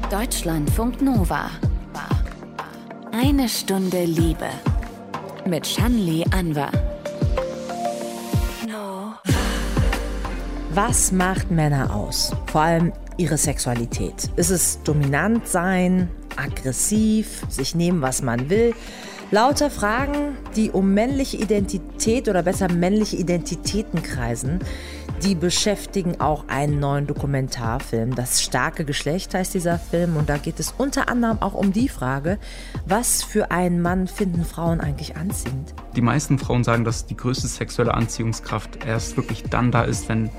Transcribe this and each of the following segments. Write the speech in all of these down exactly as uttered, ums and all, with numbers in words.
Deutschlandfunk Nova. Eine Stunde Liebe. Mit Shanli Anwar. Was macht Männer aus? Vor allem ihre Sexualität. Ist es dominant sein, aggressiv, sich nehmen, was man will? Lauter Fragen, die um männliche Identität oder besser männliche Identitäten kreisen, die beschäftigen auch einen neuen Dokumentarfilm. Das starke Geschlecht heißt dieser Film und da geht es unter anderem auch um die Frage, was für einen Mann finden Frauen eigentlich anziehend? Die meisten Frauen sagen, dass die größte sexuelle Anziehungskraft erst wirklich dann da ist, wenn,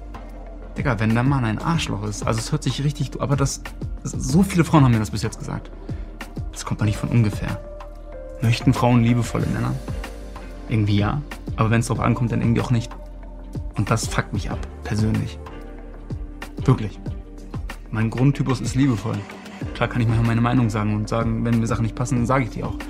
Digga, wenn der Mann ein Arschloch ist. Also es hört sich richtig, aber das, so viele Frauen haben mir das bis jetzt gesagt. Das kommt doch nicht von ungefähr. Möchten Frauen liebevolle Männer? Irgendwie ja, aber wenn es darauf ankommt, dann irgendwie auch nicht. Und das fuckt mich ab, persönlich. Wirklich. Mein Grundtypus ist liebevoll. Klar kann ich manchmal meine Meinung sagen und sagen, wenn mir Sachen nicht passen, dann sage ich die auch.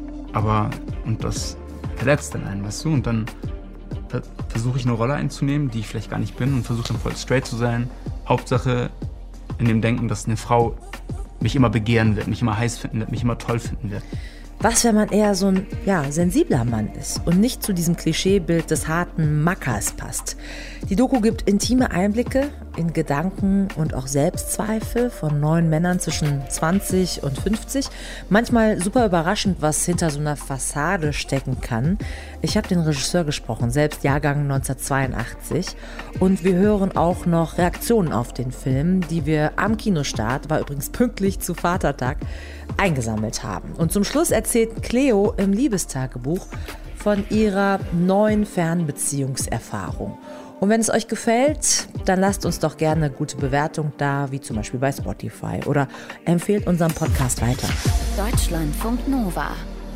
Aber, und das verletzt dann einen, weißt du? Und dann versuche ich eine Rolle einzunehmen, die ich vielleicht gar nicht bin und versuche dann voll straight zu sein. Hauptsache in dem Denken, dass eine Frau mich immer begehren wird, mich immer heiß finden wird, mich immer toll finden wird. Was, wenn man eher so ein ja, sensibler Mann ist und nicht zu diesem Klischeebild des harten Mackers passt? Die Doku gibt intime Einblicke in Gedanken und auch Selbstzweifel von neun Männern zwischen zwanzig und fünfzig. Manchmal super überraschend, was hinter so einer Fassade stecken kann. Ich habe den Regisseur gesprochen, selbst Jahrgang neunzehnhundertzweiundachtzig. Und wir hören auch noch Reaktionen auf den Film, die wir am Kinostart, war übrigens pünktlich zu Vatertag, eingesammelt haben. Und zum Schluss erzählt Cleo im Liebestagebuch von ihrer neuen Fernbeziehungserfahrung. Und wenn es euch gefällt, dann lasst uns doch gerne eine gute Bewertung da, wie zum Beispiel bei Spotify, oder empfehlt unseren Podcast weiter. Deutschlandfunk Nova.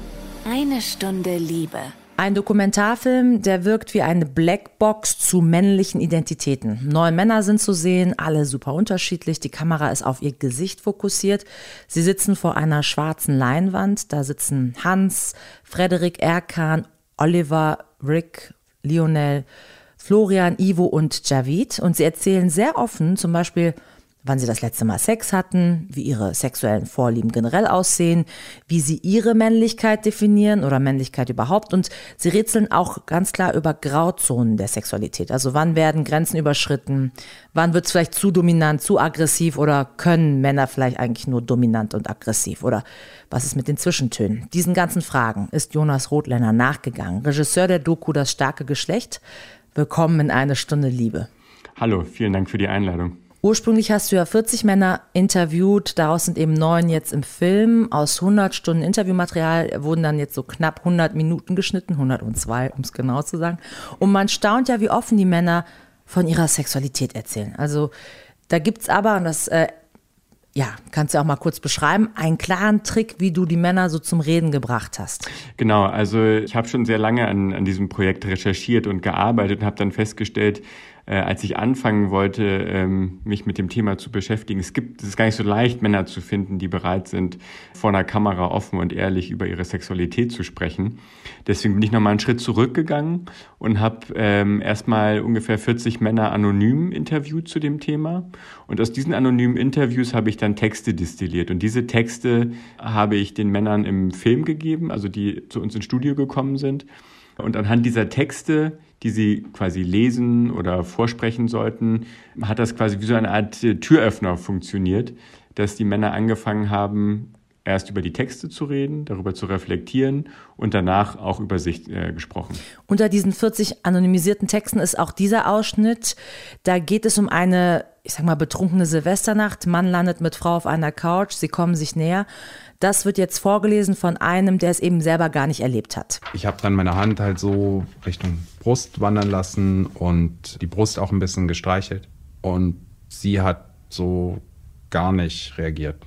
Eine Stunde Liebe. Ein Dokumentarfilm, der wirkt wie eine Blackbox zu männlichen Identitäten. Neun Männer sind zu sehen, alle super unterschiedlich. Die Kamera ist auf ihr Gesicht fokussiert. Sie sitzen vor einer schwarzen Leinwand. Da sitzen Hans, Frederik, Erkan, Oliver, Rick, Lionel, Florian, Ivo und Javid. Und sie erzählen sehr offen, zum Beispiel, wann sie das letzte Mal Sex hatten, wie ihre sexuellen Vorlieben generell aussehen, wie sie ihre Männlichkeit definieren oder Männlichkeit überhaupt. Und sie rätseln auch ganz klar über Grauzonen der Sexualität. Also wann werden Grenzen überschritten, wann wird es vielleicht zu dominant, zu aggressiv oder können Männer vielleicht eigentlich nur dominant und aggressiv oder was ist mit den Zwischentönen? Diesen ganzen Fragen ist Jonas Rothländer nachgegangen, Regisseur der Doku Das starke Geschlecht. Willkommen in Eine Stunde Liebe. Hallo, vielen Dank für die Einladung. Ursprünglich hast du ja vierzig Männer interviewt, daraus sind eben neun jetzt im Film. Aus hundert Stunden Interviewmaterial wurden dann jetzt so knapp hundert Minuten geschnitten, hundertzwei, um es genau zu sagen. Und man staunt ja, wie offen die Männer von ihrer Sexualität erzählen. Also da gibt's aber, und das äh, ja, kannst du auch mal kurz beschreiben, einen klaren Trick, wie du die Männer so zum Reden gebracht hast. Genau, also ich habe schon sehr lange an, an diesem Projekt recherchiert und gearbeitet und habe dann festgestellt, äh, als ich anfangen wollte, ähm, mich mit dem Thema zu beschäftigen, es gibt, es ist gar nicht so leicht, Männer zu finden, die bereit sind, vor einer Kamera offen und ehrlich über ihre Sexualität zu sprechen. Deswegen bin ich nochmal einen Schritt zurückgegangen und habe ähm, erstmal ungefähr vierzig Männer anonym interviewt zu dem Thema. Und aus diesen anonymen Interviews habe ich dann Texte destilliert. Und diese Texte habe ich den Männern im Film gegeben, also die zu uns ins Studio gekommen sind. Und anhand dieser Texte, die sie quasi lesen oder vorsprechen sollten, hat das quasi wie so eine Art Türöffner funktioniert, dass die Männer angefangen haben, erst über die Texte zu reden, darüber zu reflektieren und danach auch über sich äh, gesprochen. Unter diesen vierzig anonymisierten Texten ist auch dieser Ausschnitt. Da geht es um eine, ich sag mal, betrunkene Silvesternacht. Mann landet mit Frau auf einer Couch, sie kommen sich näher. Das wird jetzt vorgelesen von einem, der es eben selber gar nicht erlebt hat. Ich habe dann meine Hand halt so Richtung Brust wandern lassen und die Brust auch ein bisschen gestreichelt. Und sie hat so gar nicht reagiert.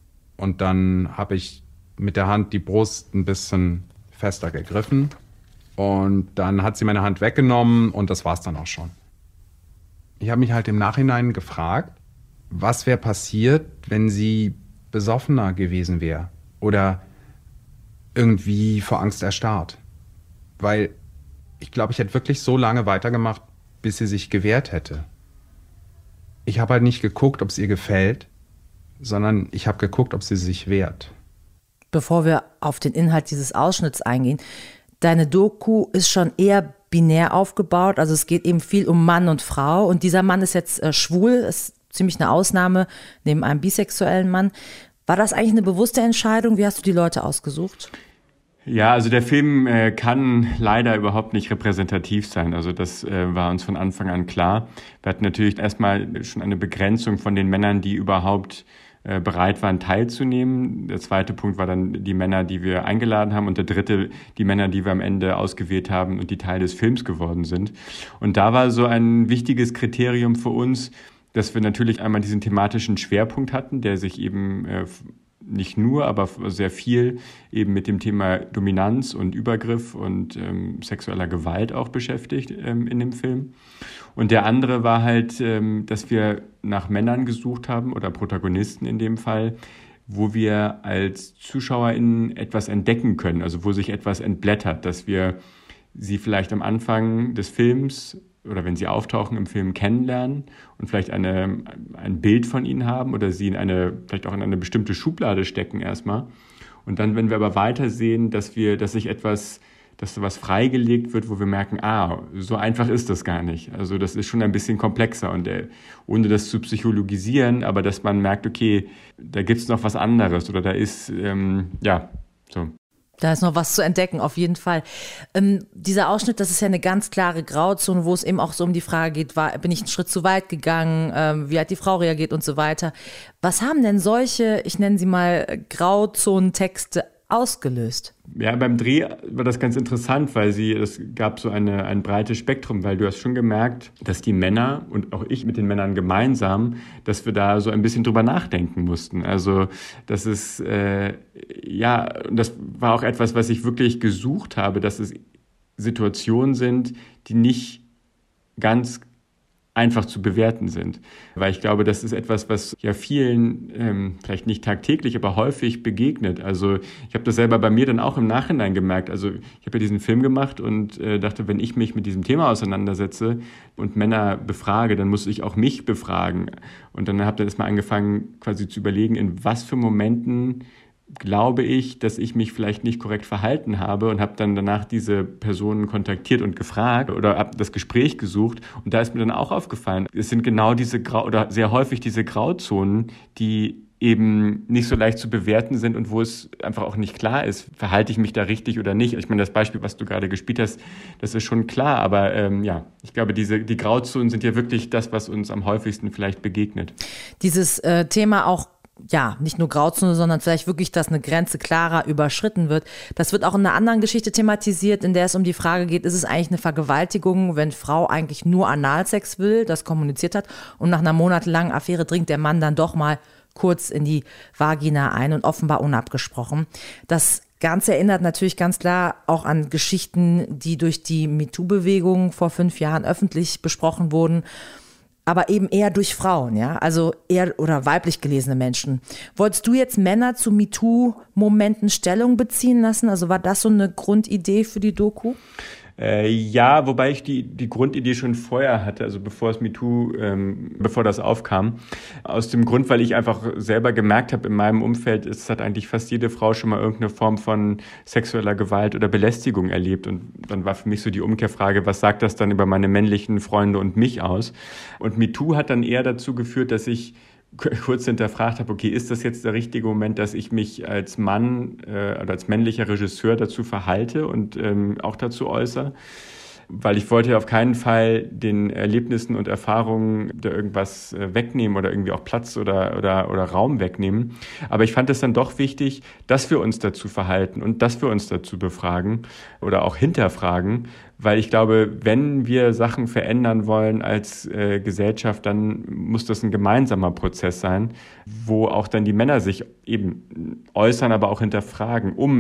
Und dann habe ich mit der Hand die Brust ein bisschen fester gegriffen. Und dann hat sie meine Hand weggenommen und das war's dann auch schon. Ich habe mich halt im Nachhinein gefragt, was wäre passiert, wenn sie besoffener gewesen wäre oder irgendwie vor Angst erstarrt. Weil ich glaube, ich hätte wirklich so lange weitergemacht, bis sie sich gewehrt hätte. Ich habe halt nicht geguckt, ob es ihr gefällt, sondern ich habe geguckt, ob sie sich wehrt. Bevor wir auf den Inhalt dieses Ausschnitts eingehen, deine Doku ist schon eher binär aufgebaut, also es geht eben viel um Mann und Frau und dieser Mann ist jetzt äh, schwul, ist ziemlich eine Ausnahme neben einem bisexuellen Mann. War das eigentlich eine bewusste Entscheidung? Wie hast du die Leute ausgesucht? Ja, also der Film äh, kann leider überhaupt nicht repräsentativ sein. Also das äh, war uns von Anfang an klar. Wir hatten natürlich erstmal schon eine Begrenzung von den Männern, die überhaupt äh, bereit waren, teilzunehmen. Der zweite Punkt war dann die Männer, die wir eingeladen haben. Und der dritte, die Männer, die wir am Ende ausgewählt haben und die Teil des Films geworden sind. Und da war so ein wichtiges Kriterium für uns, dass wir natürlich einmal diesen thematischen Schwerpunkt hatten, der sich eben äh, nicht nur, aber sehr viel eben mit dem Thema Dominanz und Übergriff und ähm, sexueller Gewalt auch beschäftigt ähm, in dem Film. Und der andere war halt, ähm, dass wir nach Männern gesucht haben oder Protagonisten in dem Fall, wo wir als ZuschauerInnen etwas entdecken können, also wo sich etwas entblättert, dass wir sie vielleicht am Anfang des Films oder wenn sie auftauchen im Film kennenlernen und vielleicht eine, ein Bild von ihnen haben oder sie in eine, vielleicht auch in eine bestimmte Schublade stecken erstmal. Und dann, wenn wir aber weitersehen, dass wir, dass sich etwas, dass sowas freigelegt wird, wo wir merken, ah, so einfach ist das gar nicht. Also das ist schon ein bisschen komplexer und äh, ohne das zu psychologisieren, aber dass man merkt, okay, da gibt's noch was anderes oder da ist, ähm, ja, so. Da ist noch was zu entdecken, auf jeden Fall. Ähm, dieser Ausschnitt, das ist ja eine ganz klare Grauzone, wo es eben auch so um die Frage geht, war, bin ich einen Schritt zu weit gegangen, ähm, wie hat die Frau reagiert und so weiter. Was haben denn solche, ich nenne sie mal Grauzonentexte, ausgelöst? Ja, beim Dreh war das ganz interessant, weil sie, es gab so eine, ein breites Spektrum, weil du hast schon gemerkt, dass die Männer und auch ich mit den Männern gemeinsam, dass wir da so ein bisschen drüber nachdenken mussten. Also das ist, äh, ja, das war auch etwas, was ich wirklich gesucht habe, dass es Situationen sind, die nicht ganz einfach zu bewerten sind. Weil ich glaube, das ist etwas, was ja vielen, ähm, vielleicht nicht tagtäglich, aber häufig begegnet. Also ich habe das selber bei mir dann auch im Nachhinein gemerkt. Also ich habe ja diesen Film gemacht und äh, dachte, wenn ich mich mit diesem Thema auseinandersetze und Männer befrage, dann muss ich auch mich befragen. Und dann habe ich erstmal angefangen, quasi zu überlegen, in was für Momenten glaube ich, dass ich mich vielleicht nicht korrekt verhalten habe und habe dann danach diese Personen kontaktiert und gefragt oder habe das Gespräch gesucht und da ist mir dann auch aufgefallen, es sind genau diese Grau- oder sehr häufig diese Grauzonen, die eben nicht so leicht zu bewerten sind und wo es einfach auch nicht klar ist, verhalte ich mich da richtig oder nicht. Ich meine, das Beispiel, was du gerade gespielt hast, das ist schon klar, aber ähm, ja, ich glaube, diese die Grauzonen sind ja wirklich das, was uns am häufigsten vielleicht begegnet. Dieses äh, Thema auch, ja, nicht nur Grauzone, sondern vielleicht wirklich, dass eine Grenze klarer überschritten wird. Das wird auch in einer anderen Geschichte thematisiert, in der es um die Frage geht, ist es eigentlich eine Vergewaltigung, wenn Frau eigentlich nur Analsex will, das kommuniziert hat und nach einer monatelangen Affäre dringt der Mann dann doch mal kurz in die Vagina ein und offenbar unabgesprochen. Das Ganze erinnert natürlich ganz klar auch an Geschichten, die durch die MeToo-Bewegung vor fünf Jahren öffentlich besprochen wurden, aber eben eher durch Frauen, ja, also eher oder weiblich gelesene Menschen. Wolltest du jetzt Männer zu MeToo-Momenten Stellung beziehen lassen? Also war das so eine Grundidee für die Doku? Äh, ja, wobei ich die, die Grundidee schon vorher hatte, also bevor es MeToo, ähm, bevor das aufkam. Aus dem Grund, weil ich einfach selber gemerkt habe, in meinem Umfeld ist, hat eigentlich fast jede Frau schon mal irgendeine Form von sexueller Gewalt oder Belästigung erlebt. Und dann war für mich so die Umkehrfrage, was sagt das dann über meine männlichen Freunde und mich aus? Und MeToo hat dann eher dazu geführt, dass ich kurz hinterfragt habe, okay, ist das jetzt der richtige Moment, dass ich mich als Mann äh, oder als männlicher Regisseur dazu verhalte und ähm, auch dazu äußere? Weil ich wollte auf keinen Fall den Erlebnissen und Erfahrungen da irgendwas äh, wegnehmen oder irgendwie auch Platz oder, oder, oder Raum wegnehmen. Aber ich fand es dann doch wichtig, dass wir uns dazu verhalten und dass wir uns dazu befragen oder auch hinterfragen, weil ich glaube, wenn wir Sachen verändern wollen als äh, Gesellschaft, dann muss das ein gemeinsamer Prozess sein, wo auch dann die Männer sich eben äußern, aber auch hinterfragen, um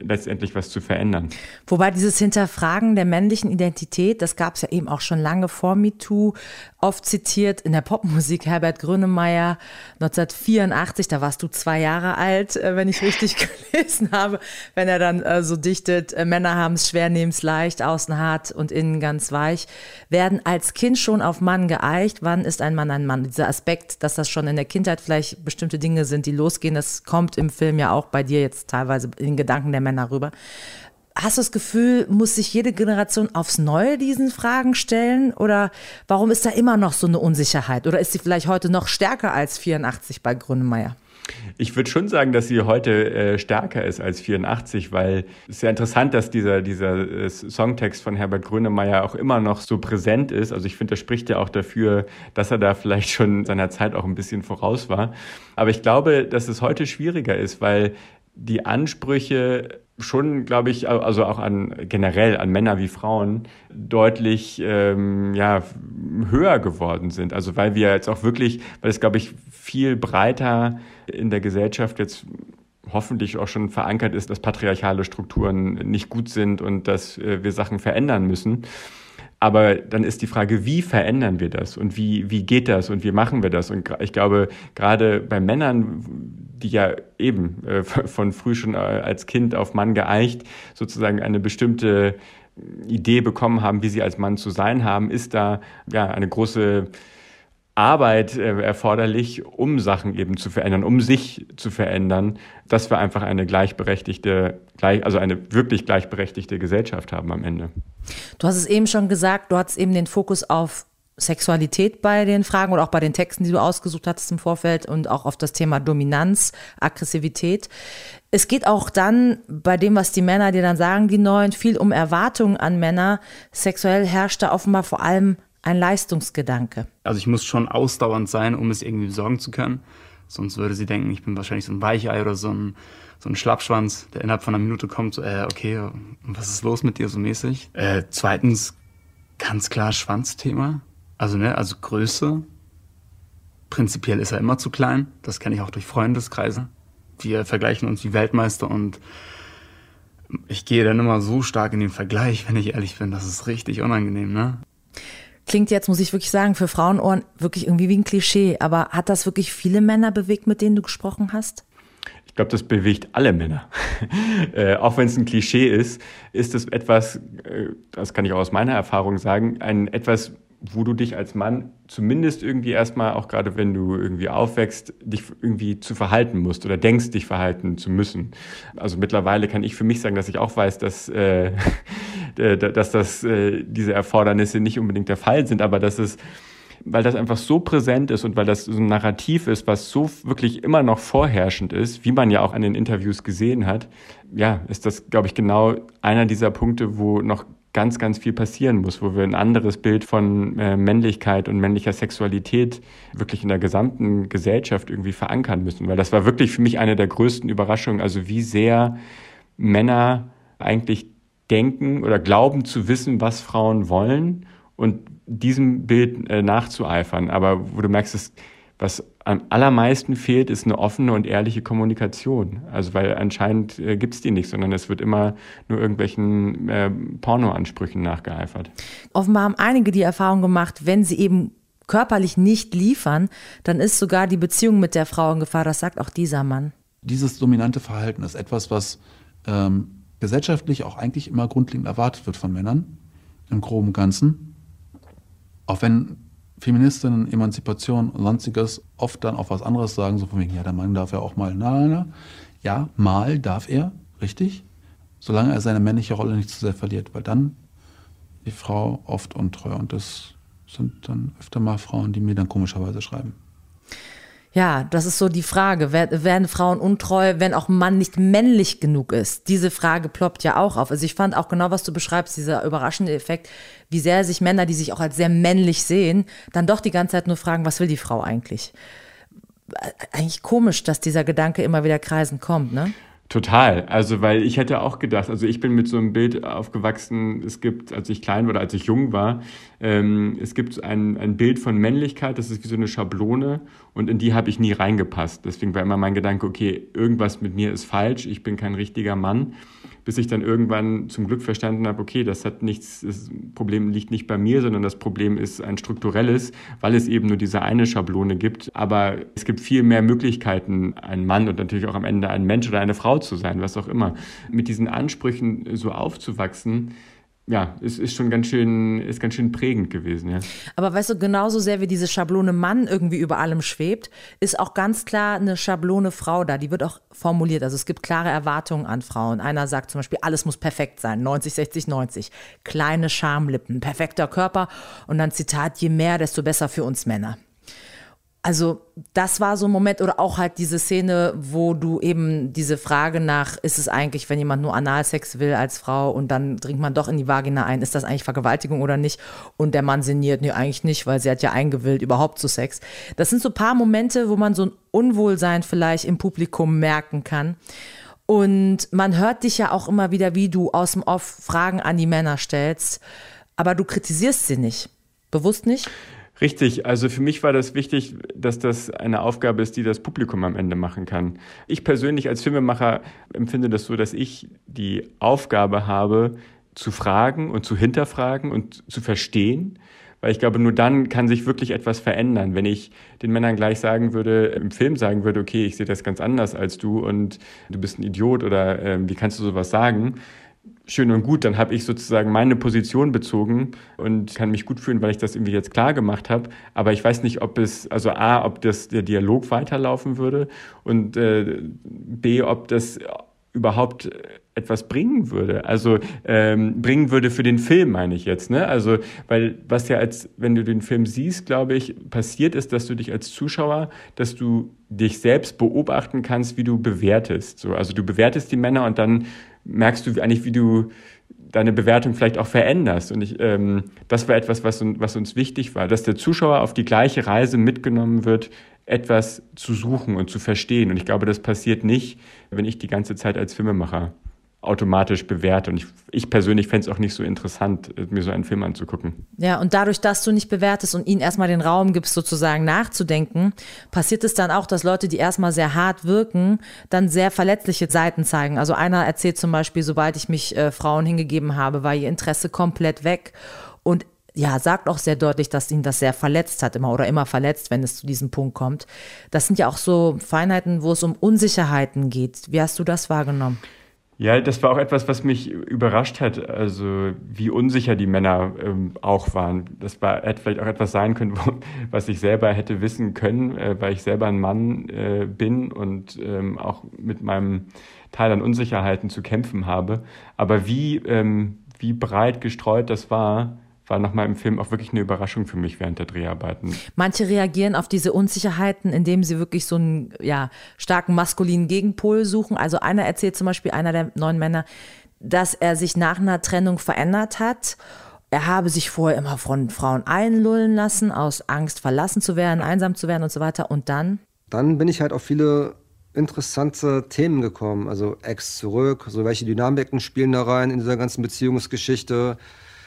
letztendlich was zu verändern. Wobei dieses Hinterfragen der männlichen Identität, das gab es ja eben auch schon lange vor MeToo, oft zitiert in der Popmusik Herbert Grönemeyer neunzehnhundertvierundachtzig, da warst du zwei Jahre alt, wenn ich richtig gelesen habe, wenn er dann äh, so dichtet, äh, Männer haben es schwer, nehmen es leicht, außen hart und innen ganz weich, werden als Kind schon auf Mann geeicht. Wann ist ein Mann ein Mann? Dieser Aspekt, dass das schon in der Kindheit vielleicht bestimmte Dinge sind, die losgehen, das kommt im Film ja auch bei dir jetzt teilweise in den Gedanken der Männer rüber. Hast du das Gefühl, muss sich jede Generation aufs Neue diesen Fragen stellen? Oder warum ist da immer noch so eine Unsicherheit? Oder ist sie vielleicht heute noch stärker als vierundachtzig bei Grönemeyer? Ich würde schon sagen, dass sie heute äh, stärker ist als vierundachtzig, weil es ist ja interessant, dass dieser, dieser äh, Songtext von Herbert Grönemeyer auch immer noch so präsent ist. Also ich finde, das spricht ja auch dafür, dass er da vielleicht schon seiner Zeit auch ein bisschen voraus war. Aber ich glaube, dass es heute schwieriger ist, weil die Ansprüche schon, glaube ich, also auch an generell an Männer wie Frauen deutlich ähm, ja, höher geworden sind. Also weil wir jetzt auch wirklich, weil es, glaube ich, viel breiter in der Gesellschaft jetzt hoffentlich auch schon verankert ist, dass patriarchale Strukturen nicht gut sind und dass äh, wir Sachen verändern müssen. Aber dann ist die Frage, wie verändern wir das und wie, wie geht das und wie machen wir das? Und ich glaube, gerade bei Männern, die ja eben äh, von früh schon als Kind auf Mann geeicht sozusagen eine bestimmte Idee bekommen haben, wie sie als Mann zu sein haben, ist da ja eine große Arbeit äh, erforderlich, um Sachen eben zu verändern, um sich zu verändern, dass wir einfach eine gleichberechtigte, gleich, also eine wirklich gleichberechtigte Gesellschaft haben am Ende. Du hast es eben schon gesagt, du hattest eben den Fokus auf Sexualität bei den Fragen oder auch bei den Texten, die du ausgesucht hattest im Vorfeld und auch auf das Thema Dominanz, Aggressivität. Es geht auch dann bei dem, was die Männer dir dann sagen, die Neuen, viel um Erwartungen an Männer. Sexuell herrscht da offenbar vor allem ein Leistungsgedanke. Also ich muss schon ausdauernd sein, um es irgendwie besorgen zu können. Sonst würde sie denken, ich bin wahrscheinlich so ein Weichei oder so ein, so ein Schlappschwanz, der innerhalb von einer Minute kommt, so, äh, okay, was ist los mit dir so mäßig? Äh, zweitens, ganz klar Schwanzthema. Also, ne, also Größe. Prinzipiell ist er immer zu klein. Das kenne ich auch durch Freundeskreise. Wir vergleichen uns wie Weltmeister und ich gehe dann immer so stark in den Vergleich, wenn ich ehrlich bin. Das ist richtig unangenehm, ne? Klingt jetzt, muss ich wirklich sagen, für Frauenohren wirklich irgendwie wie ein Klischee. Aber hat das wirklich viele Männer bewegt, mit denen du gesprochen hast? Ich glaube, das bewegt alle Männer. äh, auch wenn es ein Klischee ist, ist es etwas, äh, das kann ich auch aus meiner Erfahrung sagen, ein etwas, wo du dich als Mann zumindest irgendwie erstmal, auch gerade wenn du irgendwie aufwächst, dich irgendwie zu verhalten musst oder denkst, dich verhalten zu müssen. Also mittlerweile kann ich für mich sagen, dass ich auch weiß, dass, äh, dass das, äh, diese Erfordernisse nicht unbedingt der Fall sind, aber dass es, weil das einfach so präsent ist und weil das so ein Narrativ ist, was so wirklich immer noch vorherrschend ist, wie man ja auch an den Interviews gesehen hat, ja, ist das, glaube ich, genau einer dieser Punkte, wo noch ganz, ganz viel passieren muss, wo wir ein anderes Bild von äh, Männlichkeit und männlicher Sexualität wirklich in der gesamten Gesellschaft irgendwie verankern müssen. Weil das war wirklich für mich eine der größten Überraschungen, also wie sehr Männer eigentlich denken oder glauben zu wissen, was Frauen wollen und diesem Bild äh, nachzueifern. Aber wo du merkst, dass, was am allermeisten fehlt, ist eine offene und ehrliche Kommunikation. Also weil anscheinend äh, gibt es die nicht, sondern es wird immer nur irgendwelchen äh, Pornoansprüchen nachgeeifert. Offenbar haben einige die Erfahrung gemacht, wenn sie eben körperlich nicht liefern, dann ist sogar die Beziehung mit der Frau in Gefahr. Das sagt auch dieser Mann. Dieses dominante Verhalten ist etwas, was ähm, gesellschaftlich auch eigentlich immer grundlegend erwartet wird von Männern, im groben Ganzen. Auch wenn Feministinnen, Emanzipation und sonstiges oft dann auch was anderes sagen, so von wegen, ja, der Mann darf ja auch mal, na, na, na. Ja, mal darf er, richtig, solange er seine männliche Rolle nicht zu sehr verliert, weil dann die Frau oft untreu und das sind dann öfter mal Frauen, die mir dann komischerweise schreiben. Ja, das ist so die Frage, werden Frauen untreu, wenn auch ein Mann nicht männlich genug ist? Diese Frage ploppt ja auch auf. Also ich fand auch genau, was du beschreibst, dieser überraschende Effekt, wie sehr sich Männer, die sich auch als sehr männlich sehen, dann doch die ganze Zeit nur fragen, was will die Frau eigentlich? Eigentlich komisch, dass dieser Gedanke immer wieder kreisend kommt, ne? Total. Also, weil ich hätte auch gedacht, also ich bin mit so einem Bild aufgewachsen, es gibt, als ich klein war, als ich jung war, Ähm, es gibt ein, ein Bild von Männlichkeit, das ist wie so eine Schablone und in die habe ich nie reingepasst. Deswegen war immer mein Gedanke, okay, irgendwas mit mir ist falsch, ich bin kein richtiger Mann. Bis ich dann irgendwann zum Glück verstanden habe, okay, das hat nichts, das Problem liegt nicht bei mir, sondern das Problem ist ein strukturelles, weil es eben nur diese eine Schablone gibt. Aber es gibt viel mehr Möglichkeiten, ein Mann und natürlich auch am Ende ein Mensch oder eine Frau zu sein, was auch immer. Mit diesen Ansprüchen so aufzuwachsen, ja, es ist schon ganz schön, ist ganz schön prägend gewesen, ja. Aber weißt du, genauso sehr wie diese Schablone Mann irgendwie über allem schwebt, ist auch ganz klar eine Schablone Frau da. Die wird auch formuliert. Also es gibt klare Erwartungen an Frauen. Einer sagt zum Beispiel, alles muss perfekt sein. neunzig, sechzig, neunzig. Kleine Schamlippen, perfekter Körper. Und dann Zitat, je mehr, desto besser für uns Männer. Also das war so ein Moment oder auch halt diese Szene, wo du eben diese Frage nach, ist es eigentlich, wenn jemand nur Analsex will als Frau und dann dringt man doch in die Vagina ein, ist das eigentlich Vergewaltigung oder nicht? Und der Mann sinniert, nee, eigentlich nicht, weil sie hat ja eingewillt überhaupt zu Sex. Das sind so ein paar Momente, wo man so ein Unwohlsein vielleicht im Publikum merken kann. Und man hört dich ja auch immer wieder, wie du aus dem Off Fragen an die Männer stellst, aber du kritisierst sie nicht. Bewusst nicht? Richtig, also für mich war das wichtig, dass das eine Aufgabe ist, die das Publikum am Ende machen kann. Ich persönlich als Filmemacher empfinde das so, dass ich die Aufgabe habe, zu fragen und zu hinterfragen und zu verstehen, weil ich glaube, nur dann kann sich wirklich etwas verändern. Wenn ich den Männern gleich sagen würde, im Film sagen würde, okay, ich sehe das ganz anders als du und du bist ein Idiot oder äh, wie kannst du sowas sagen? Schön und gut, dann habe ich sozusagen meine Position bezogen und kann mich gut fühlen, weil ich das irgendwie jetzt klar gemacht habe. Aber ich weiß nicht, ob es, also A, ob das der Dialog weiterlaufen würde und äh, B, ob das überhaupt etwas bringen würde. Also ähm, bringen würde für den Film, meine ich jetzt. Ne? Also, weil was ja als, wenn du den Film siehst, glaube ich, passiert ist, dass du dich als Zuschauer, dass du dich selbst beobachten kannst, wie du bewertest. So, also du bewertest die Männer und dann merkst du eigentlich, wie du deine Bewertung vielleicht auch veränderst. Und ich, ähm, das war etwas, was, was uns wichtig war, dass der Zuschauer auf die gleiche Reise mitgenommen wird, etwas zu suchen und zu verstehen. Und ich glaube, das passiert nicht, wenn ich die ganze Zeit als Filmemacher automatisch bewerte. Und ich, ich persönlich fände es auch nicht so interessant, mir so einen Film anzugucken. Ja, und dadurch, dass du nicht bewertest und ihnen erstmal den Raum gibst, sozusagen nachzudenken, passiert es dann auch, dass Leute, die erstmal sehr hart wirken, dann sehr verletzliche Seiten zeigen. Also einer erzählt zum Beispiel, sobald ich mich äh, Frauen hingegeben habe, war ihr Interesse komplett weg. Und ja, sagt auch sehr deutlich, dass ihn das sehr verletzt hat, immer oder immer verletzt, wenn es zu diesem Punkt kommt. Das sind ja auch so Feinheiten, wo es um Unsicherheiten geht. Wie hast du das wahrgenommen? Ja, das war auch etwas, was mich überrascht hat, also wie unsicher die Männer ähm, auch waren. Das war, hätte vielleicht auch etwas sein können, wo, was ich selber hätte wissen können, äh, weil ich selber ein Mann äh, bin und ähm, auch mit meinem Teil an Unsicherheiten zu kämpfen habe. Aber wie, ähm, wie breit gestreut das war, war nochmal im Film auch wirklich eine Überraschung für mich während der Dreharbeiten. Manche reagieren auf diese Unsicherheiten, indem sie wirklich so einen ja, starken maskulinen Gegenpol suchen. Also einer erzählt zum Beispiel, einer der neun Männer, dass er sich nach einer Trennung verändert hat. Er habe sich vorher immer von Frauen einlullen lassen, aus Angst verlassen zu werden, einsam zu werden und so weiter. Und dann? Dann bin ich halt auf viele interessante Themen gekommen. Also Ex zurück, so welche Dynamiken spielen da rein in dieser ganzen Beziehungsgeschichte.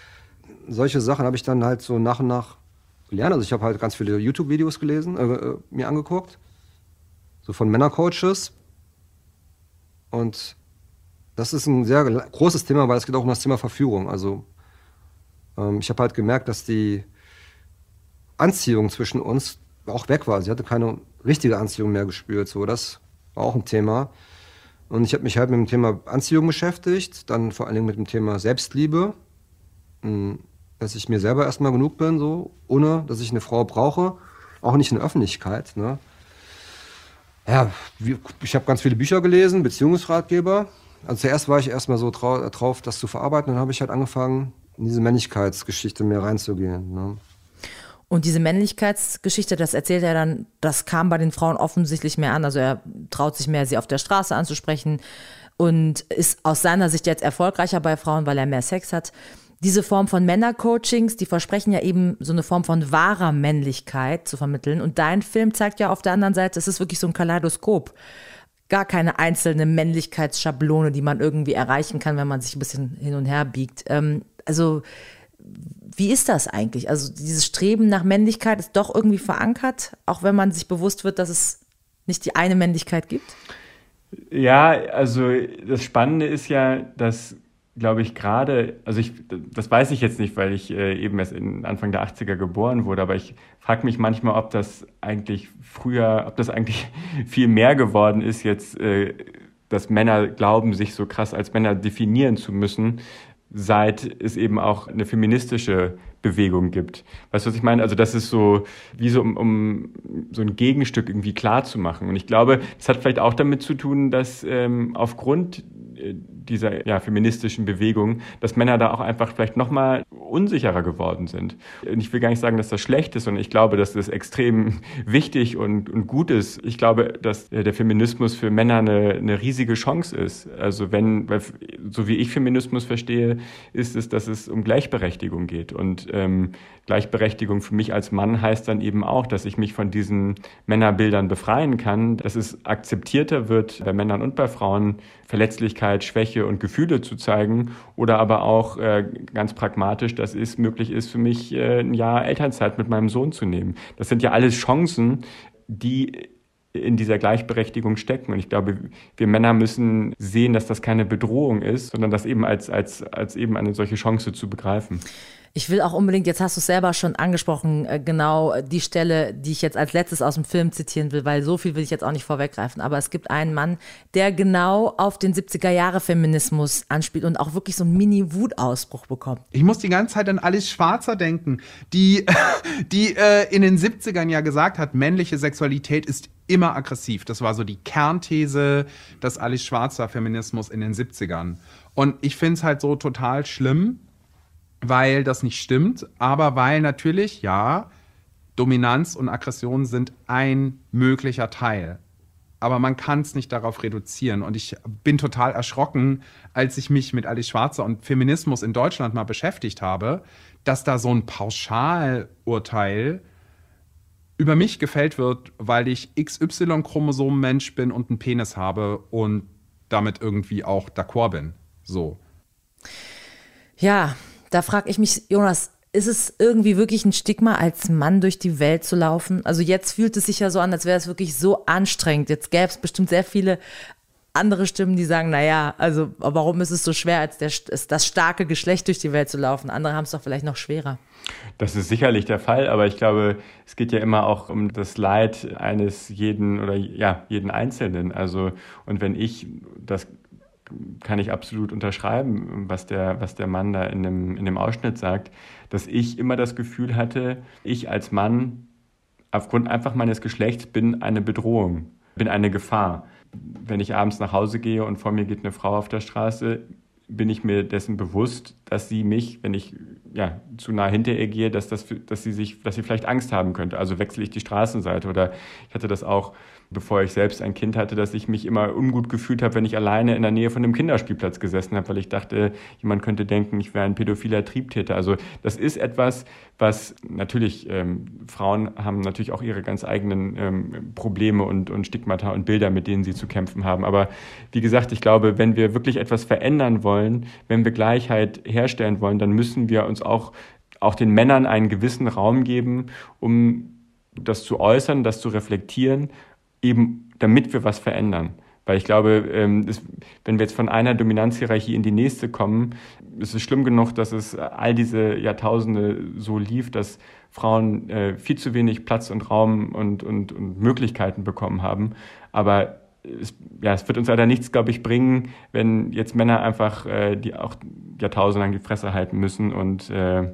Solche Sachen habe ich dann halt so nach und nach gelernt. Also ich habe halt ganz viele YouTube-Videos gelesen, äh, mir angeguckt, so von Männercoaches. Und das ist ein sehr großes Thema, weil es geht auch um das Thema Verführung. Also ähm, ich habe halt gemerkt, dass die Anziehung zwischen uns auch weg war. Sie hatte keine richtige Anziehung mehr gespürt. So, das war auch ein Thema. Und ich habe mich halt mit dem Thema Anziehung beschäftigt, dann vor allen Dingen mit dem Thema Selbstliebe. Dass ich mir selber erstmal genug bin, so, ohne dass ich eine Frau brauche, auch nicht in der Öffentlichkeit. Ne? Ja, ich habe ganz viele Bücher gelesen, Beziehungsratgeber. Also zuerst war ich erstmal so trau- drauf, das zu verarbeiten, dann habe ich halt angefangen, in diese Männlichkeitsgeschichte mehr reinzugehen. Ne? Und diese Männlichkeitsgeschichte, das erzählt er dann, das kam bei den Frauen offensichtlich mehr an. Also er traut sich mehr, sie auf der Straße anzusprechen und ist aus seiner Sicht jetzt erfolgreicher bei Frauen, weil er mehr Sex hat. Diese Form von Männercoachings, die versprechen ja eben so eine Form von wahrer Männlichkeit zu vermitteln. Und dein Film zeigt ja auf der anderen Seite, es ist wirklich so ein Kaleidoskop. Gar keine einzelne Männlichkeitsschablone, die man irgendwie erreichen kann, wenn man sich ein bisschen hin und her biegt. Ähm, also Wie ist das eigentlich? Also dieses Streben nach Männlichkeit ist doch irgendwie verankert, auch wenn man sich bewusst wird, dass es nicht die eine Männlichkeit gibt? Ja, also das Spannende ist ja, dass, glaube ich, gerade, also ich, das weiß ich jetzt nicht, weil ich äh, eben erst in Anfang der achtziger geboren wurde, aber ich frage mich manchmal, ob das eigentlich früher, ob das eigentlich viel mehr geworden ist jetzt, äh, dass Männer glauben, sich so krass als Männer definieren zu müssen, seit es eben auch eine feministische Bewegung gibt. Weißt du, was ich meine? Also das ist so, wie so, um, um so ein Gegenstück irgendwie klar zu machen. Und ich glaube, das hat vielleicht auch damit zu tun, dass ähm, aufgrund dieser ja, feministischen Bewegung, dass Männer da auch einfach vielleicht noch mal unsicherer geworden sind. Und ich will gar nicht sagen, dass das schlecht ist, sondern ich glaube, dass das extrem wichtig und, und gut ist. Ich glaube, dass der Feminismus für Männer eine, eine riesige Chance ist. Also wenn, weil, so wie ich Feminismus verstehe, ist es, dass es um Gleichberechtigung geht. Und ähm, Gleichberechtigung für mich als Mann heißt dann eben auch, dass ich mich von diesen Männerbildern befreien kann, dass es akzeptierter wird bei Männern und bei Frauen, Verletzlichkeit, Schwäche und Gefühle zu zeigen oder aber auch äh, ganz pragmatisch, dass es möglich ist für mich, äh, ein Jahr Elternzeit mit meinem Sohn zu nehmen. Das sind ja alles Chancen, die in dieser Gleichberechtigung stecken. Und ich glaube, wir Männer müssen sehen, dass das keine Bedrohung ist, sondern das eben als, als, als eben eine solche Chance zu begreifen. Ich will auch unbedingt, jetzt hast du es selber schon angesprochen, genau die Stelle, die ich jetzt als letztes aus dem Film zitieren will, weil so viel will ich jetzt auch nicht vorweggreifen. Aber es gibt einen Mann, der genau auf den siebziger-Jahre-Feminismus anspielt und auch wirklich so einen Mini-Wutausbruch bekommt. Ich muss die ganze Zeit an Alice Schwarzer denken, die, die äh, in den siebzigern ja gesagt hat, männliche Sexualität ist immer aggressiv. Das war so die Kernthese des Alice Schwarzer Feminismus in den siebzigern. Und ich finde es halt so total schlimm, weil das nicht stimmt, aber weil natürlich, ja, Dominanz und Aggression sind ein möglicher Teil. Aber man kann es nicht darauf reduzieren. Und ich bin total erschrocken, als ich mich mit Alice Schwarzer und Feminismus in Deutschland mal beschäftigt habe, dass da so ein Pauschalurteil über mich gefällt wird, weil ich X Y-Chromosomen-Mensch bin und einen Penis habe und damit irgendwie auch d'accord bin. So. Ja, da frage ich mich, Jonas, ist es irgendwie wirklich ein Stigma, als Mann durch die Welt zu laufen? Also jetzt fühlt es sich ja so an, als wäre es wirklich so anstrengend. Jetzt gäbe es bestimmt sehr viele andere Stimmen, die sagen, naja, also warum ist es so schwer, als der, das starke Geschlecht durch die Welt zu laufen? Andere haben es doch vielleicht noch schwerer. Das ist sicherlich der Fall, aber ich glaube, es geht ja immer auch um das Leid eines jeden oder ja, jeden Einzelnen. Also, und wenn ich das kann ich absolut unterschreiben, was der, was der Mann da in dem, in dem Ausschnitt sagt, dass ich immer das Gefühl hatte, ich als Mann aufgrund einfach meines Geschlechts bin eine Bedrohung, bin eine Gefahr. Wenn ich abends nach Hause gehe und vor mir geht eine Frau auf der Straße, bin ich mir dessen bewusst, dass sie mich, wenn ich ja, zu nah hinter ihr gehe, dass, das, dass, sie sich, dass sie vielleicht Angst haben könnte. Also wechsle ich die Straßenseite. Oder ich hatte das auch, bevor ich selbst ein Kind hatte, dass ich mich immer ungut gefühlt habe, wenn ich alleine in der Nähe von einem Kinderspielplatz gesessen habe, weil ich dachte, jemand könnte denken, ich wäre ein pädophiler Triebtäter. Also das ist etwas, was natürlich, ähm, Frauen haben natürlich auch ihre ganz eigenen ähm, Probleme und, und Stigmata und Bilder, mit denen sie zu kämpfen haben. Aber wie gesagt, ich glaube, wenn wir wirklich etwas verändern wollen, wenn wir Gleichheit herstellen wollen, dann müssen wir uns auch, auch den Männern einen gewissen Raum geben, um das zu äußern, das zu reflektieren, eben damit wir was verändern. Weil ich glaube, ähm, es, wenn wir jetzt von einer Dominanzhierarchie in die nächste kommen, ist es schlimm genug, dass es all diese Jahrtausende so lief, dass Frauen äh, viel zu wenig Platz und Raum und, und, und Möglichkeiten bekommen haben. Aber es, ja, es wird uns leider nichts, glaube ich, bringen, wenn jetzt Männer einfach äh, die auch jahrtausendelang die Fresse halten müssen und äh,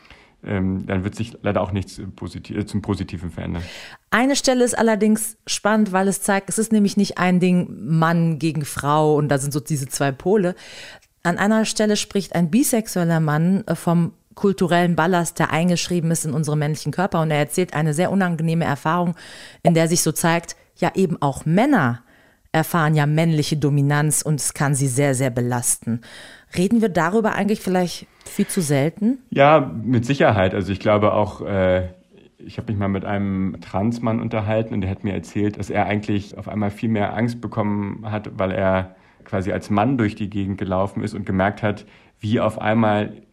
ähm, dann wird sich leider auch nichts positiv, zum Positiven verändern. Eine Stelle ist allerdings spannend, weil es zeigt, es ist nämlich nicht ein Ding Mann gegen Frau und da sind so diese zwei Pole. An einer Stelle spricht ein bisexueller Mann vom kulturellen Ballast, der eingeschrieben ist in unsere männlichen Körper und er erzählt eine sehr unangenehme Erfahrung, in der sich so zeigt, ja eben auch Männer erfahren ja männliche Dominanz und es kann sie sehr, sehr belasten. Reden wir darüber eigentlich vielleicht viel zu selten? Ja, mit Sicherheit. Also ich glaube auch, äh, ich habe mich mal mit einem Transmann unterhalten und der hat mir erzählt, dass er eigentlich auf einmal viel mehr Angst bekommen hat, weil er quasi als Mann durch die Gegend gelaufen ist und gemerkt hat, wie auf einmal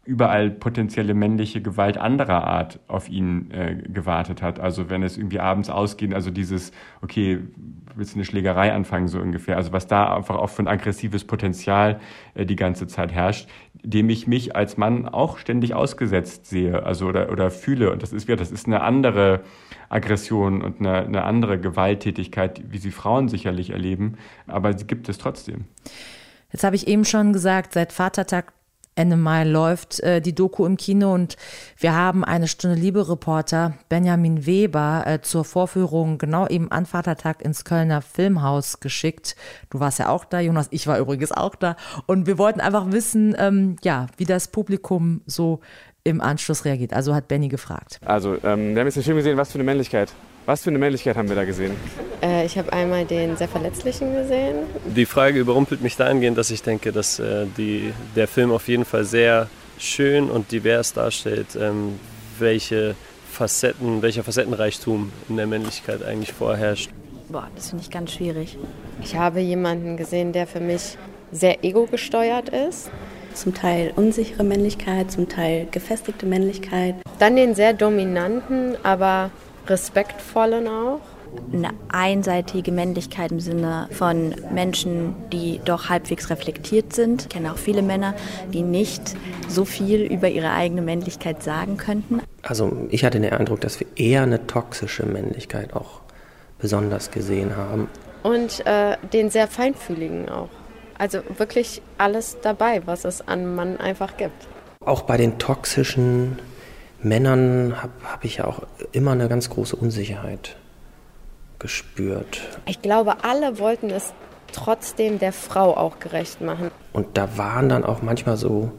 überall potenzielle männliche Gewalt anderer Art auf ihn äh, gewartet hat. Also wenn es irgendwie abends ausgeht, also dieses, okay, willst du eine Schlägerei anfangen, so ungefähr. Also was da einfach auch für ein aggressives Potenzial äh, die ganze Zeit herrscht, dem ich mich als Mann auch ständig ausgesetzt sehe, also oder, oder fühle. Und das ist wieder, das ist eine andere Aggression und eine, eine andere Gewalttätigkeit, wie sie Frauen sicherlich erleben, aber sie gibt es trotzdem. Jetzt habe ich eben schon gesagt, seit Vatertag Ende Mai läuft äh, die Doku im Kino und wir haben eine Stunde Liebe-Reporter Benjamin Weber äh, zur Vorführung genau eben an Vatertag ins Kölner Filmhaus geschickt. Du warst ja auch da, Jonas, ich war übrigens auch da und wir wollten einfach wissen, ähm, ja, wie das Publikum so im Anschluss reagiert. Also hat Benny gefragt. Also ähm, wir haben jetzt den Film gesehen, was für eine Männlichkeit. Was für eine Männlichkeit haben wir da gesehen? Äh, ich habe einmal den sehr Verletzlichen gesehen. Die Frage überrumpelt mich dahingehend, dass ich denke, dass äh, die, der Film auf jeden Fall sehr schön und divers darstellt, ähm, welche Facetten, welcher Facettenreichtum in der Männlichkeit eigentlich vorherrscht. Boah, das finde ich ganz schwierig. Ich habe jemanden gesehen, der für mich sehr ego-gesteuert ist. Zum Teil unsichere Männlichkeit, zum Teil gefestigte Männlichkeit. Dann den sehr dominanten, aber respektvollen auch. Eine einseitige Männlichkeit im Sinne von Menschen, die doch halbwegs reflektiert sind. Ich kenne auch viele Männer, die nicht so viel über ihre eigene Männlichkeit sagen könnten. Also ich hatte den Eindruck, dass wir eher eine toxische Männlichkeit auch besonders gesehen haben. Und äh, den sehr feinfühligen auch. Also wirklich alles dabei, was es an Mann einfach gibt. Auch bei den toxischen Männern habe hab ich ja auch immer eine ganz große Unsicherheit gespürt. Ich glaube, alle wollten es trotzdem der Frau auch gerecht machen. Und da waren dann auch manchmal so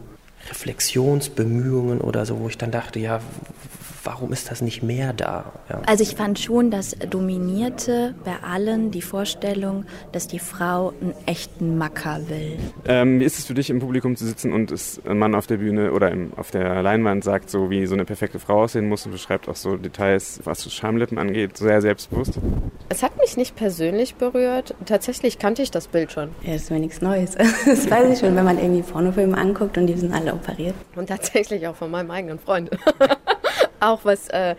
Reflexionsbemühungen oder so, wo ich dann dachte, ja, warum ist das nicht mehr da? Ja. Also ich fand schon, dass dominierte bei allen die Vorstellung, dass die Frau einen echten Macker will. Ähm, wie ist es für dich, im Publikum zu sitzen und es ein Mann auf der Bühne oder im, auf der Leinwand sagt, so wie so eine perfekte Frau aussehen muss und beschreibt auch so Details, was so Schamlippen angeht, sehr selbstbewusst? Es hat mich nicht persönlich berührt. Tatsächlich kannte ich das Bild schon. Ja, das ist mir nichts Neues. Das weiß ich schon, wenn man irgendwie Pornofilme anguckt und die sind alle operiert. Und tatsächlich auch von meinem eigenen Freund. Auch was äh,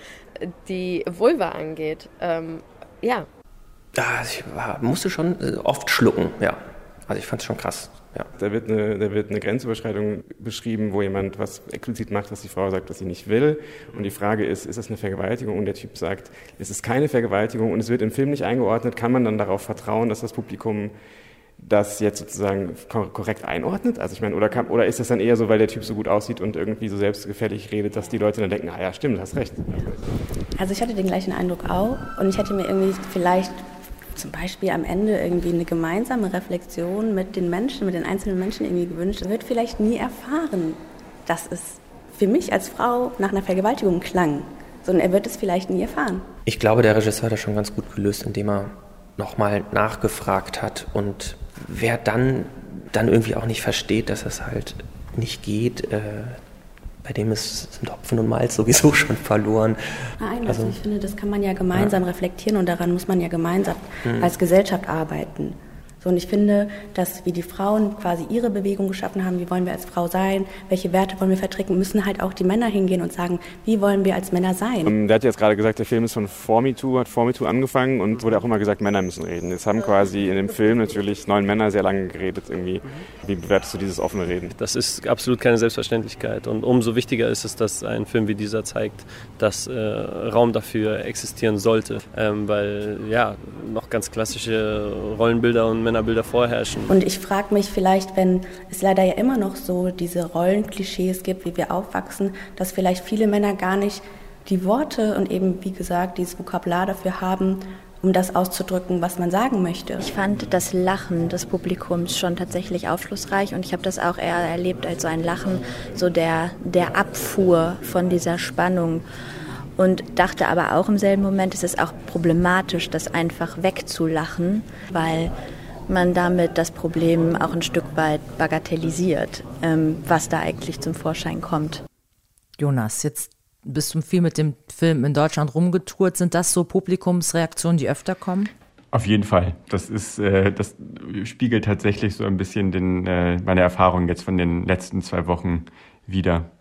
die Vulva angeht. Ähm, ja. Ich war, musste schon oft schlucken, ja. Also ich fand es schon krass. Ja. Da wird eine, da wird eine Grenzüberschreitung beschrieben, wo jemand was explizit macht, was die Frau sagt, was sie nicht will. Und die Frage ist, ist das eine Vergewaltigung? Und der Typ sagt, es ist keine Vergewaltigung und es wird im Film nicht eingeordnet. Kann man dann darauf vertrauen, dass das Publikum das jetzt sozusagen korrekt einordnet? Also ich meine, oder, kann, oder ist das dann eher so, weil der Typ so gut aussieht und irgendwie so selbstgefällig redet, dass die Leute dann denken, ah ja, stimmt, hast recht. Also ich hatte den gleichen Eindruck auch und ich hätte mir irgendwie vielleicht zum Beispiel am Ende irgendwie eine gemeinsame Reflexion mit den Menschen, mit den einzelnen Menschen irgendwie gewünscht. Wird vielleicht nie erfahren, dass es für mich als Frau nach einer Vergewaltigung klang, sondern er wird es vielleicht nie erfahren. Ich glaube, der Regisseur hat das schon ganz gut gelöst, indem er nochmal nachgefragt hat und wer dann, dann irgendwie auch nicht versteht, dass es halt nicht geht, äh, bei dem ist, sind Hopfen und Malz sowieso schon verloren. Nein, also, also ich finde, das kann man ja gemeinsam ja. reflektieren und daran muss man ja gemeinsam mhm. als Gesellschaft arbeiten. So, und ich finde, dass wie die Frauen quasi ihre Bewegung geschaffen haben, wie wollen wir als Frau sein, welche Werte wollen wir vertreten, müssen halt auch die Männer hingehen und sagen, wie wollen wir als Männer sein. Um, der hat jetzt gerade gesagt, der Film ist von vor MeToo, hat vor MeToo angefangen und wurde auch immer gesagt, Männer müssen reden. Jetzt haben quasi in dem Film natürlich neun Männer sehr lange geredet irgendwie. Wie bewertest du dieses offene Reden? Das ist absolut keine Selbstverständlichkeit und umso wichtiger ist es, dass ein Film wie dieser zeigt, dass äh, Raum dafür existieren sollte, ähm, weil ja, noch ganz klassische Rollenbilder und Männerbilder vorherrschen. Und ich frage mich vielleicht, wenn es leider ja immer noch so diese Rollenklischees gibt, wie wir aufwachsen, dass vielleicht viele Männer gar nicht die Worte und eben, wie gesagt, dieses Vokabular dafür haben, um das auszudrücken, was man sagen möchte. Ich fand das Lachen des Publikums schon tatsächlich aufschlussreich und ich habe das auch eher erlebt als so ein Lachen, so der, der Abfuhr von dieser Spannung. Und dachte aber auch im selben Moment, es ist auch problematisch, das einfach wegzulachen, weil man damit das Problem auch ein Stück weit bagatellisiert, ähm, was da eigentlich zum Vorschein kommt. Jonas, jetzt bist du viel mit dem Film in Deutschland rumgetourt. Sind das so Publikumsreaktionen, die öfter kommen? Auf jeden Fall. Das ist, äh, das spiegelt tatsächlich so ein bisschen den, äh, meine Erfahrung jetzt von den letzten zwei Wochen wider.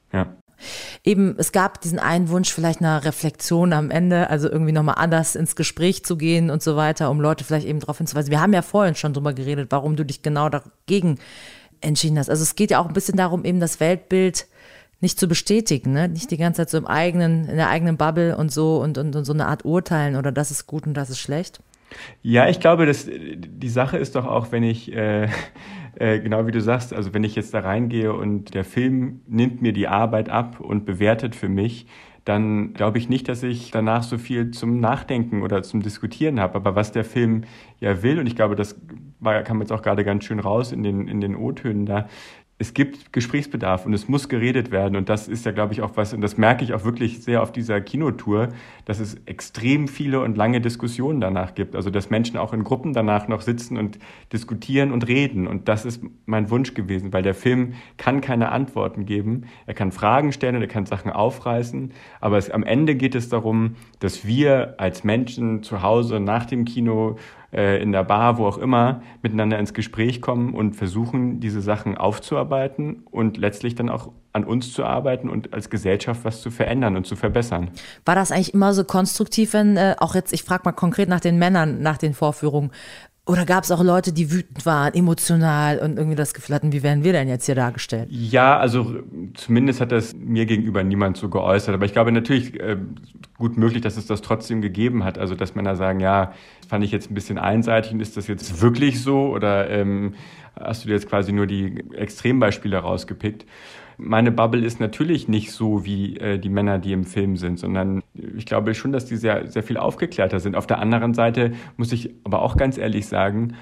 Ja. Eben, es gab diesen einen Wunsch, vielleicht einer Reflexion am Ende, also irgendwie nochmal anders ins Gespräch zu gehen und so weiter, um Leute vielleicht eben darauf hinzuweisen. Wir haben ja vorhin schon drüber geredet, warum du dich genau dagegen entschieden hast. Also es geht ja auch ein bisschen darum, eben das Weltbild nicht zu bestätigen, ne? Nicht die ganze Zeit so im eigenen, in der eigenen Bubble und so und, und, und so eine Art urteilen oder das ist gut und das ist schlecht. Ja, ich glaube, dass die Sache ist doch auch, wenn ich, äh, äh, genau wie du sagst, also wenn ich jetzt da reingehe und der Film nimmt mir die Arbeit ab und bewertet für mich, dann glaube ich nicht, dass ich danach so viel zum Nachdenken oder zum Diskutieren habe. Aber was der Film ja will, und ich glaube, das war, kam jetzt auch gerade ganz schön raus in den, in den O-Tönen da, es gibt Gesprächsbedarf und es muss geredet werden und das ist ja, glaube ich, auch was, und das merke ich auch wirklich sehr auf dieser Kinotour, dass es extrem viele und lange Diskussionen danach gibt, also dass Menschen auch in Gruppen danach noch sitzen und diskutieren und reden und das ist mein Wunsch gewesen, weil der Film kann keine Antworten geben, er kann Fragen stellen und er kann Sachen aufreißen, aber es, am Ende geht es darum, dass wir als Menschen zu Hause nach dem Kino in der Bar, wo auch immer, miteinander ins Gespräch kommen und versuchen, diese Sachen aufzuarbeiten und letztlich dann auch an uns zu arbeiten und als Gesellschaft was zu verändern und zu verbessern. War das eigentlich immer so konstruktiv, wenn, äh, auch jetzt, ich frage mal konkret nach den Männern, nach den Vorführungen, oder gab es auch Leute, die wütend waren, emotional und irgendwie das Gefühl hatten, wie werden wir denn jetzt hier dargestellt? Ja, also zumindest hat das mir gegenüber niemand so geäußert. Aber ich glaube natürlich äh, gut möglich, dass es das trotzdem gegeben hat. Also dass Männer sagen, ja, das fand ich jetzt ein bisschen einseitig und ist das jetzt wirklich so? Oder ähm, hast du dir jetzt quasi nur die Extrembeispiele rausgepickt? Meine Bubble ist natürlich nicht so wie äh, die Männer, die im Film sind, sondern ich glaube schon, dass die sehr, sehr viel aufgeklärter sind. Auf der anderen Seite muss ich aber auch ganz ehrlich sagen,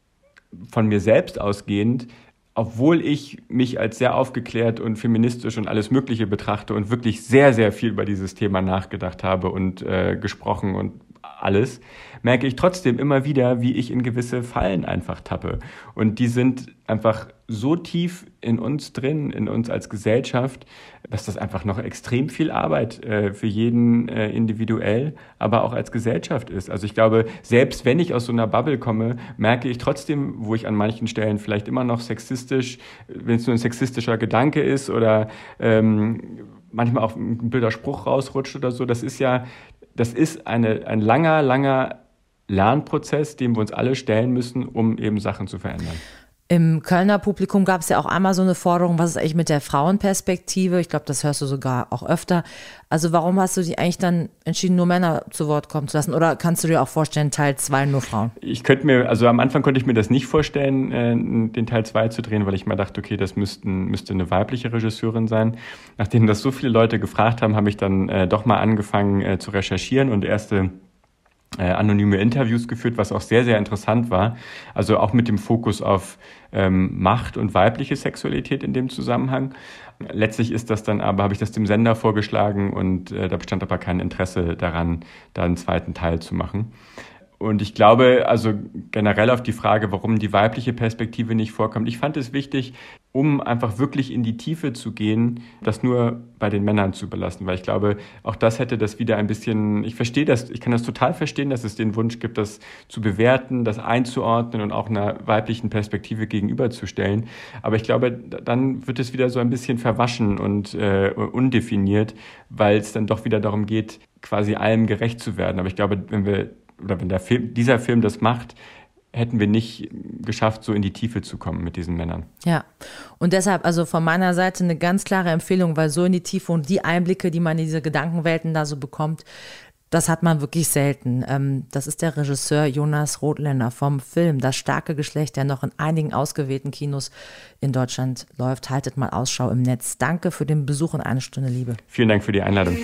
von mir selbst ausgehend, obwohl ich mich als sehr aufgeklärt und feministisch und alles Mögliche betrachte und wirklich sehr, sehr viel über dieses Thema nachgedacht habe und äh, gesprochen und alles, merke ich trotzdem immer wieder, wie ich in gewisse Fallen einfach tappe. Und die sind einfach so tief in uns drin, in uns als Gesellschaft, dass das einfach noch extrem viel Arbeit äh, für jeden äh, individuell, aber auch als Gesellschaft ist. Also ich glaube, selbst wenn ich aus so einer Bubble komme, merke ich trotzdem, wo ich an manchen Stellen vielleicht immer noch sexistisch, wenn es nur ein sexistischer Gedanke ist oder ähm, manchmal auch ein blöder Spruch rausrutscht oder so, das ist ja Das ist eine, ein langer, langer Lernprozess, dem wir uns alle stellen müssen, um eben Sachen zu verändern. Im Kölner Publikum gab es ja auch einmal so eine Forderung, was ist eigentlich mit der Frauenperspektive? Ich glaube, das hörst du sogar auch öfter. Also warum hast du dich eigentlich dann entschieden, nur Männer zu Wort kommen zu lassen? Oder kannst du dir auch vorstellen, Teil zwei nur Frauen? Ich könnte mir, also am Anfang konnte ich mir das nicht vorstellen, den Teil zwei zu drehen, weil ich mal dachte, okay, das müssten, müsste eine weibliche Regisseurin sein. Nachdem das so viele Leute gefragt haben, habe ich dann äh, doch mal angefangen äh, zu recherchieren und erste Äh, anonyme Interviews geführt, was auch sehr, sehr interessant war. Also auch mit dem Fokus auf ähm, Macht und weibliche Sexualität in dem Zusammenhang. Letztlich ist das dann aber, habe ich das dem Sender vorgeschlagen und äh, da bestand aber kein Interesse daran, da einen zweiten Teil zu machen. Und ich glaube, also generell auf die Frage, warum die weibliche Perspektive nicht vorkommt, ich fand es wichtig, um einfach wirklich in die Tiefe zu gehen, das nur bei den Männern zu belassen, weil ich glaube, auch das hätte das wieder ein bisschen, ich verstehe das, ich kann das total verstehen, dass es den Wunsch gibt, das zu bewerten, das einzuordnen und auch einer weiblichen Perspektive gegenüberzustellen. Aber ich glaube, dann wird es wieder so ein bisschen verwaschen und äh, undefiniert, weil es dann doch wieder darum geht, quasi allem gerecht zu werden. Aber ich glaube, wenn wir oder wenn der Film, dieser Film das macht, hätten wir nicht geschafft, so in die Tiefe zu kommen mit diesen Männern. Ja, und deshalb also von meiner Seite eine ganz klare Empfehlung, weil so in die Tiefe und die Einblicke, die man in diese Gedankenwelten da so bekommt, das hat man wirklich selten. Das ist der Regisseur Jonas Rothländer vom Film Das starke Geschlecht, der noch in einigen ausgewählten Kinos in Deutschland läuft. Haltet mal Ausschau im Netz. Danke für den Besuch in Eine Stunde Liebe. Vielen Dank für die Einladung.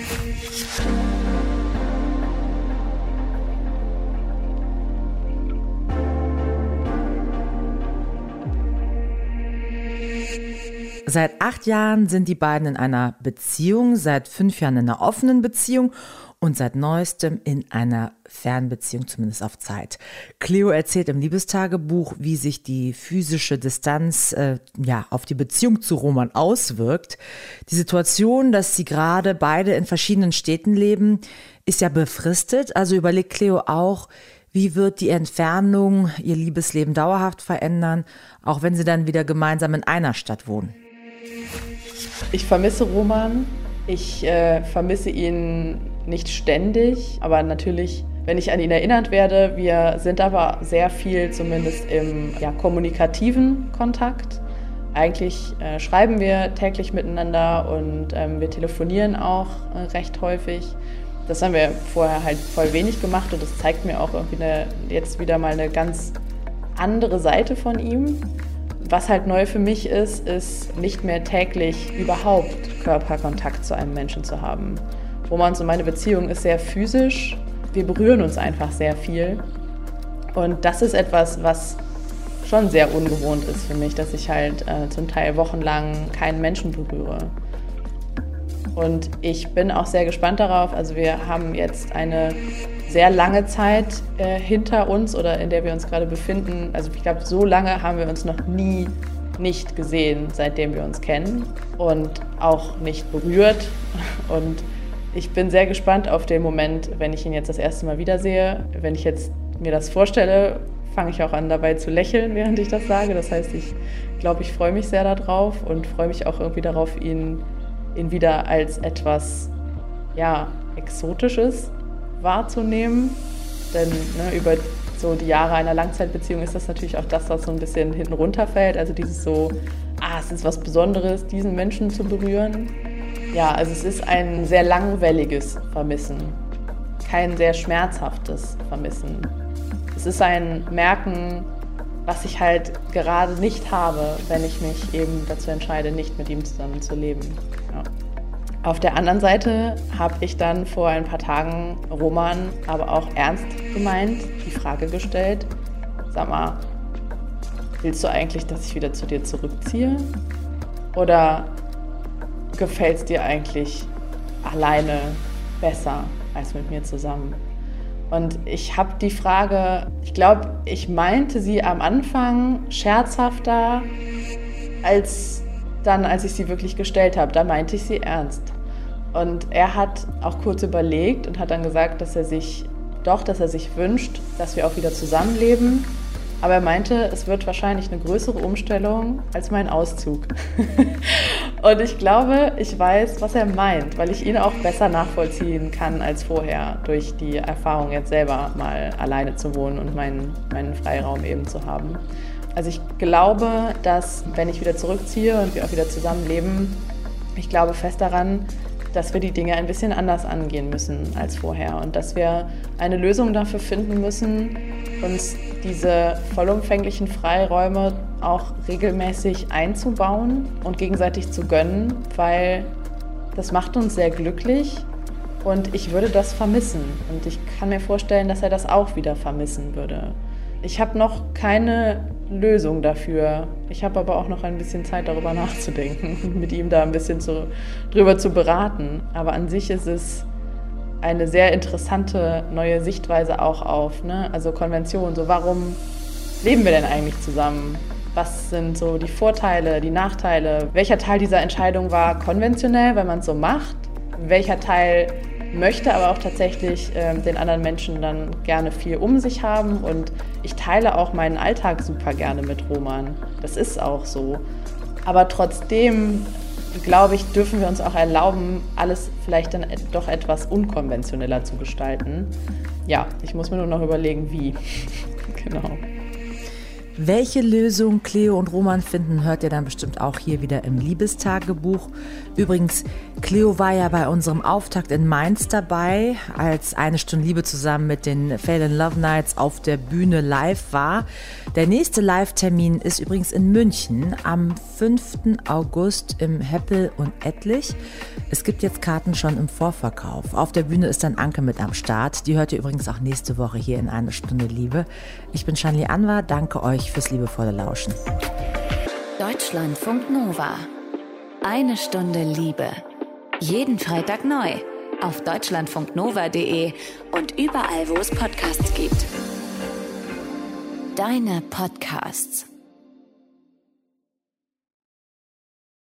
Seit acht Jahren sind die beiden in einer Beziehung, seit fünf Jahren in einer offenen Beziehung und seit neuestem in einer Fernbeziehung, zumindest auf Zeit. Cleo erzählt im Liebestagebuch, wie sich die physische Distanz äh, ja, auf die Beziehung zu Roman auswirkt. Die Situation, dass sie gerade beide in verschiedenen Städten leben, ist ja befristet. Also überlegt Cleo auch, wie wird die Entfernung ihr Liebesleben dauerhaft verändern, auch wenn sie dann wieder gemeinsam in einer Stadt wohnen. Ich vermisse Roman. Ich äh, vermisse ihn nicht ständig, aber natürlich, wenn ich an ihn erinnert werde. Wir sind aber sehr viel zumindest im ja, kommunikativen Kontakt. Eigentlich äh, schreiben wir täglich miteinander und ähm, wir telefonieren auch äh, recht häufig. Das haben wir vorher halt voll wenig gemacht und das zeigt mir auch irgendwie eine, jetzt wieder mal eine ganz andere Seite von ihm. Was halt neu für mich ist, ist nicht mehr täglich überhaupt Körperkontakt zu einem Menschen zu haben. Romans und meine Beziehung ist sehr physisch. Wir berühren uns einfach sehr viel. Und das ist etwas, was schon sehr ungewohnt ist für mich, dass ich halt äh, zum Teil wochenlang keinen Menschen berühre. Und ich bin auch sehr gespannt darauf. Also wir haben jetzt eine sehr lange Zeit äh, hinter uns oder in der wir uns gerade befinden. Also ich glaube, so lange haben wir uns noch nie nicht gesehen, seitdem wir uns kennen und auch nicht berührt. Und ich bin sehr gespannt auf den Moment, wenn ich ihn jetzt das erste Mal wiedersehe. Wenn ich jetzt mir das vorstelle, fange ich auch an, dabei zu lächeln, während ich das sage. Das heißt, ich glaube, ich freue mich sehr darauf und freue mich auch irgendwie darauf, ihn, ihn wieder als etwas ja, Exotisches wahrzunehmen. Denn ne, über so die Jahre einer Langzeitbeziehung ist das natürlich auch das, was so ein bisschen hinten runterfällt. Also dieses so, ah, es ist was Besonderes, diesen Menschen zu berühren. Ja, also es ist ein sehr langwelliges Vermissen, kein sehr schmerzhaftes Vermissen. Es ist ein Merken, was ich halt gerade nicht habe, wenn ich mich eben dazu entscheide, nicht mit ihm zusammen zu leben. Ja. Auf der anderen Seite habe ich dann vor ein paar Tagen Roman aber auch ernst gemeint die Frage gestellt, sag mal, willst du eigentlich, dass ich wieder zu dir zurückziehe? Oder gefällt es dir eigentlich alleine besser als mit mir zusammen? Und ich habe die Frage, ich glaube, ich meinte sie am Anfang scherzhafter, als dann, als ich sie wirklich gestellt habe. Da meinte ich sie ernst. Und er hat auch kurz überlegt und hat dann gesagt, dass er sich doch, dass er sich wünscht, dass wir auch wieder zusammenleben. Aber er meinte, es wird wahrscheinlich eine größere Umstellung als mein Auszug. Und ich glaube, ich weiß, was er meint, weil ich ihn auch besser nachvollziehen kann als vorher, durch die Erfahrung jetzt selber mal alleine zu wohnen und meinen, meinen Freiraum eben zu haben. Also ich glaube, dass wenn ich wieder zurückziehe und wir auch wieder zusammenleben, ich glaube fest daran, dass wir die Dinge ein bisschen anders angehen müssen als vorher und dass wir eine Lösung dafür finden müssen, uns diese vollumfänglichen Freiräume auch regelmäßig einzubauen und gegenseitig zu gönnen, weil das macht uns sehr glücklich und ich würde das vermissen und ich kann mir vorstellen, dass er das auch wieder vermissen würde. Ich habe noch keine Lösung dafür. Ich habe aber auch noch ein bisschen Zeit, darüber nachzudenken und mit ihm da ein bisschen zu, drüber zu beraten. Aber an sich ist es eine sehr interessante neue Sichtweise auch auf, ne? Also Konvention. So, warum leben wir denn eigentlich zusammen? Was sind so die Vorteile, die Nachteile? Welcher Teil dieser Entscheidung war konventionell, weil man es so macht? Welcher Teil möchte aber auch tatsächlich äh, den anderen Menschen dann gerne viel um sich haben und ich teile auch meinen Alltag super gerne mit Roman. Das ist auch so. Aber trotzdem, glaube ich, dürfen wir uns auch erlauben, alles vielleicht dann doch etwas unkonventioneller zu gestalten. Ja, ich muss mir nur noch überlegen, wie. Genau. Welche Lösung Cleo und Roman finden, hört ihr dann bestimmt auch hier wieder im Liebestagebuch. Übrigens, Cleo war ja bei unserem Auftakt in Mainz dabei, als Eine Stunde Liebe zusammen mit den Fail in Love Nights auf der Bühne live war. Der nächste Live-Termin ist übrigens in München am fünften August im Heppel und Ettlich. Es gibt jetzt Karten schon im Vorverkauf. Auf der Bühne ist dann Anke mit am Start. Die hört ihr übrigens auch nächste Woche hier in Eine Stunde Liebe. Ich bin Shanli Anwar, danke euch fürs liebevolle Lauschen. Deutschlandfunk Nova. Eine Stunde Liebe. Jeden Freitag neu. Auf deutschlandfunknova punkt de und überall, wo es Podcasts gibt. Deine Podcasts.